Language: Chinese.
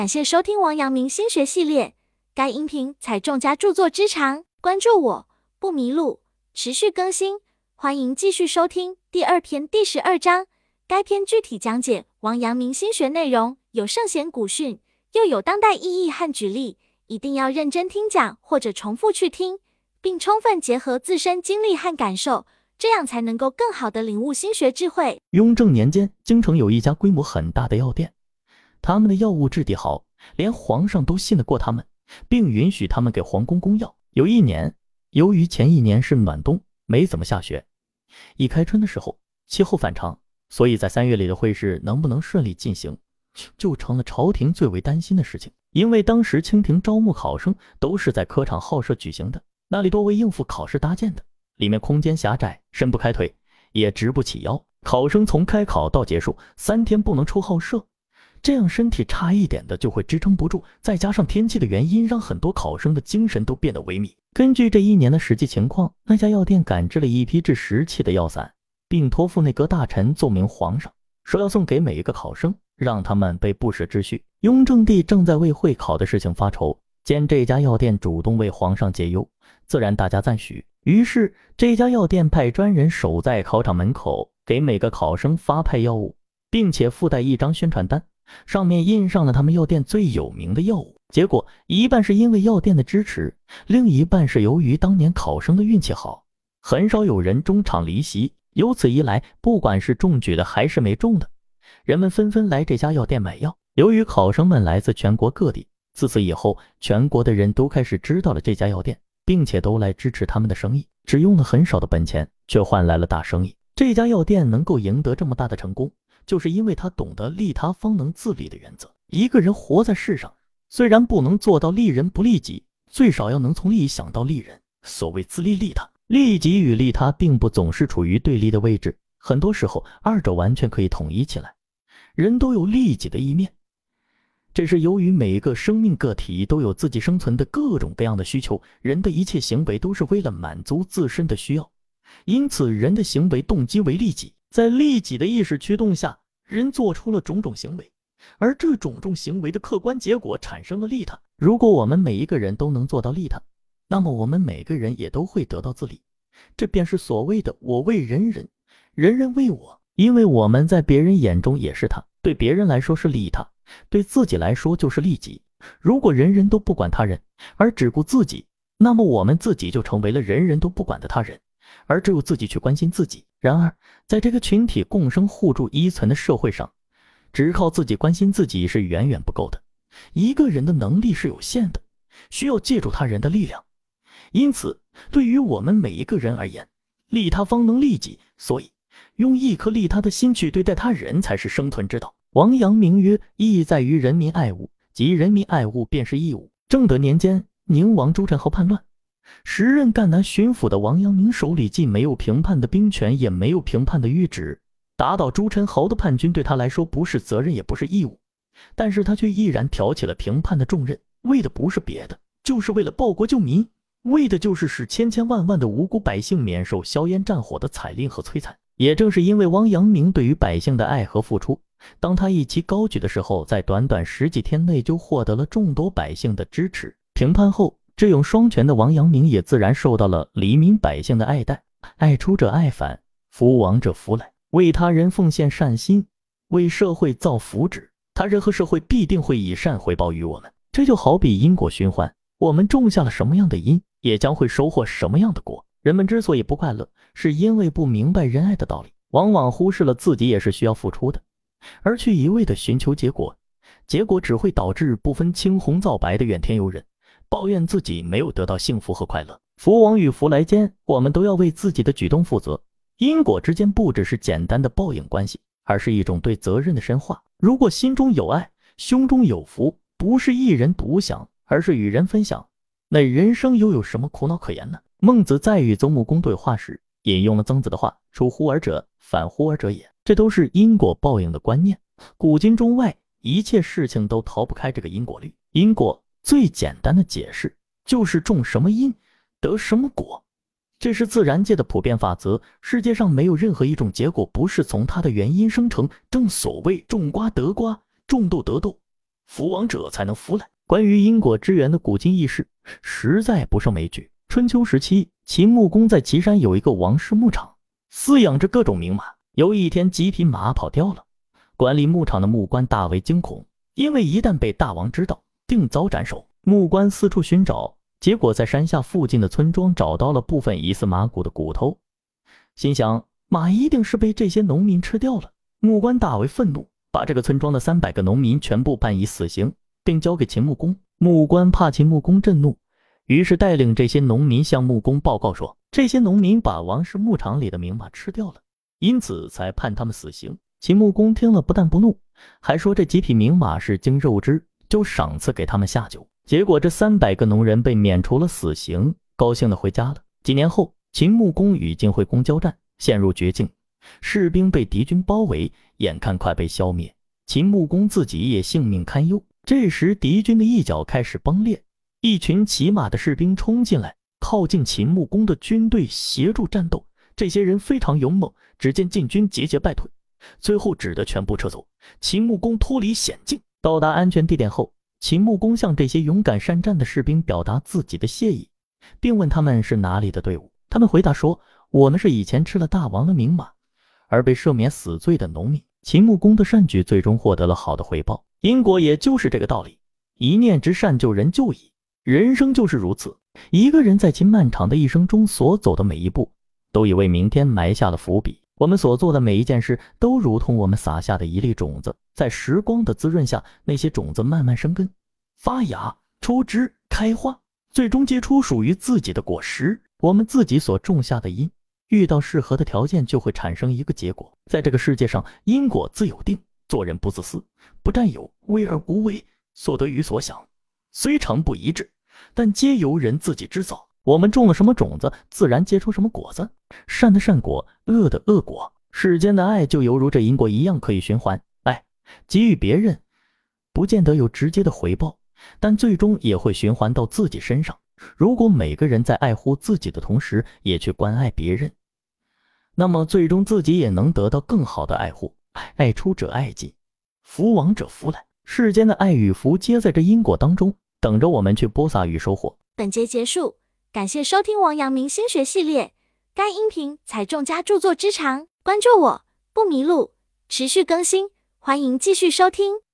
感谢收听王阳明心学系列，该音频采众家著作之长，关注我不迷路，持续更新，欢迎继续收听第2篇第12章。该篇具体讲解王阳明心学内容，有圣贤古训，又有当代意义和举例，一定要认真听讲或者重复去听，并充分结合自身经历和感受，这样才能够更好地领悟心学智慧。 雍正年间，京城有一家规模很大的药店，他们的药物质地好，连皇上都信得过他们，并允许他们给皇宫供药。有一年，由于前一年是暖冬，没怎么下雪，一开春的时候气候反常，所以在3月里的会试能不能顺利进行，就成了朝廷最为担心的事情。因为当时清廷招募考生都是在科场校舍举行的，那里多为应付考试搭建的，里面空间狭窄，伸不开腿，也直不起腰。考生从开考到结束3天不能出校舍，这样身体差一点的就会支撑不住，再加上天气的原因，让很多考生的精神都变得萎靡。根据这一年的实际情况，那家药店赶制了一批治湿气的药散，并托付内阁大臣奏明皇上，说要送给每一个考生，让他们备不时之需。雍正帝正在为会考的事情发愁，见这家药店主动为皇上解忧，自然大加赞许。于是这家药店派专人守在考场门口，给每个考生发派药物，并且附带一张宣传单，上面印上了他们药店最有名的药物。结果一半是因为药店的支持，另一半是由于当年考生的运气好，很少有人中场离席。由此一来，不管是中举的还是没中的，人们纷纷来这家药店买药。由于考生们来自全国各地，自此以后全国的人都开始知道了这家药店，并且都来支持他们的生意。只用了很少的本钱，却换来了大生意。这家药店能够赢得这么大的成功，就是因为他懂得利他方能自利的原则。一个人活在世上，虽然不能做到利人不利己，最少要能从利益想到利人。所谓自利利他，利己与利他并不总是处于对立的位置，很多时候二者完全可以统一起来。人都有利己的一面，这是由于每一个生命个体都有自己生存的各种各样的需求，人的一切行为都是为了满足自身的需要，因此人的行为动机为利己。在利己的意识驱动下，人做出了种种行为，而这种种行为的客观结果产生了利他。如果我们每一个人都能做到利他，那么我们每个人也都会得到自利，这便是所谓的我为人人，人人为我。因为我们在别人眼中也是他，对别人来说是利他，对自己来说就是利己。如果人人都不管他人，而只顾自己，那么我们自己就成为了人人都不管的他人，而只有自己去关心自己。然而在这个群体共生互助依存的社会上，只靠自己关心自己是远远不够的。一个人的能力是有限的，需要借助他人的力量。因此对于我们每一个人而言，利他方能利己，所以用一颗利他的心去对待他人才是生存之道。王阳明曰：义在于人民爱物，即人民爱物便是义务。正德年间，宁王朱宸濠叛乱，时任赣南巡抚的王阳明手里既没有平叛的兵权，也没有平叛的谕旨，打倒朱宸濠的叛军对他来说不是责任也不是义务，但是他却毅然挑起了平叛的重任，为的不是别的，就是为了报国救民，为的就是使千千万万的无辜百姓免受硝烟战火的采令和摧残。也正是因为王阳明对于百姓的爱和付出，当他一旗高举的时候，在短短10几天内就获得了众多百姓的支持。平叛后，智勇双全的王阳明也自然受到了黎民百姓的爱戴。爱出者爱返，福往者福来，为他人奉献善心，为社会造福祉，他人和社会必定会以善回报于我们。这就好比因果循环，我们种下了什么样的因，也将会收获什么样的果。人们之所以不快乐，是因为不明白仁爱的道理，往往忽视了自己也是需要付出的，而去一味的寻求结果，结果只会导致不分青红皂白的怨天尤人，抱怨自己没有得到幸福和快乐。福往与福来间，我们都要为自己的举动负责。因果之间不只是简单的报应关系，而是一种对责任的深化。如果心中有爱，胸中有福，不是一人独享，而是与人分享，那人生又有什么苦恼可言呢？孟子在与曾穆公对话时，引用了曾子的话：出乎尔者，反乎尔者也。这都是因果报应的观念。古今中外，一切事情都逃不开这个因果律。因果最简单的解释就是种什么因，得什么果。这是自然界的普遍法则，世界上没有任何一种结果不是从它的原因生成。正所谓种瓜得瓜，种豆得豆， 福王者才能福来。关于因果之源的古今轶事，实在不胜枚举。春秋时期，秦穆公在岐山有一个王室牧场，饲养着各种名马。有一天，几匹马跑掉了，管理牧场的牧官大为惊恐，因为一旦被大王知道，定遭斩首。牧官四处寻找，结果在山下附近的村庄找到了部分疑似马骨的骨头，心想马一定是被这些农民吃掉了。牧官大为愤怒，把这个村庄的300个农民全部判以死刑，并交给秦穆公。牧官怕秦穆公震怒，于是带领这些农民向穆公报告说，这些农民把王室牧场里的名马吃掉了，因此才判他们死刑。秦穆公听了不但不怒，还说这几匹名马是经肉之，就赏赐给他们下酒。结果这300个农人被免除了死刑，高兴地回家了。几年后，秦穆公与晋惠公交战，陷入绝境，士兵被敌军包围，眼看快被消灭，秦穆公自己也性命堪忧。这时敌军的一角开始崩裂，一群骑马的士兵冲进来，靠近秦穆公的军队协助战斗。这些人非常勇猛，只见晋军节节败退，最后只得全部撤走。秦穆公脱离险境，到达安全地点后，秦穆公向这些勇敢善战的士兵表达自己的谢意，并问他们是哪里的队伍。他们回答说，我们是以前吃了大王的名马而被赦免死罪的农民。秦穆公的善举最终获得了好的回报，因果也就是这个道理，一念之善救人就矣。人生就是如此，一个人在其漫长的一生中所走的每一步，都已为明天埋下了伏笔。我们所做的每一件事，都如同我们撒下的一粒种子，在时光的滋润下，那些种子慢慢生根、发芽、出枝、开花，最终结出属于自己的果实。我们自己所种下的因，遇到适合的条件，就会产生一个结果。在这个世界上，因果自有定，做人不自私，不占有，为而无为，所得与所想，虽常不一致，但皆由人自己制造。我们种了什么种子，自然结出什么果子，善的善果，恶的恶果。世间的爱就犹如这因果一样，可以循环。爱给予别人，不见得有直接的回报，但最终也会循环到自己身上。如果每个人在爱护自己的同时，也去关爱别人，那么最终自己也能得到更好的爱护。爱出者爱尽，福往者福来。世间的爱与福皆在这因果当中，等着我们去播撒与收获。 本节结束，感谢收听王阳明心学系列。该音频采众家著作之长，关注我不迷路，持续更新，欢迎继续收听。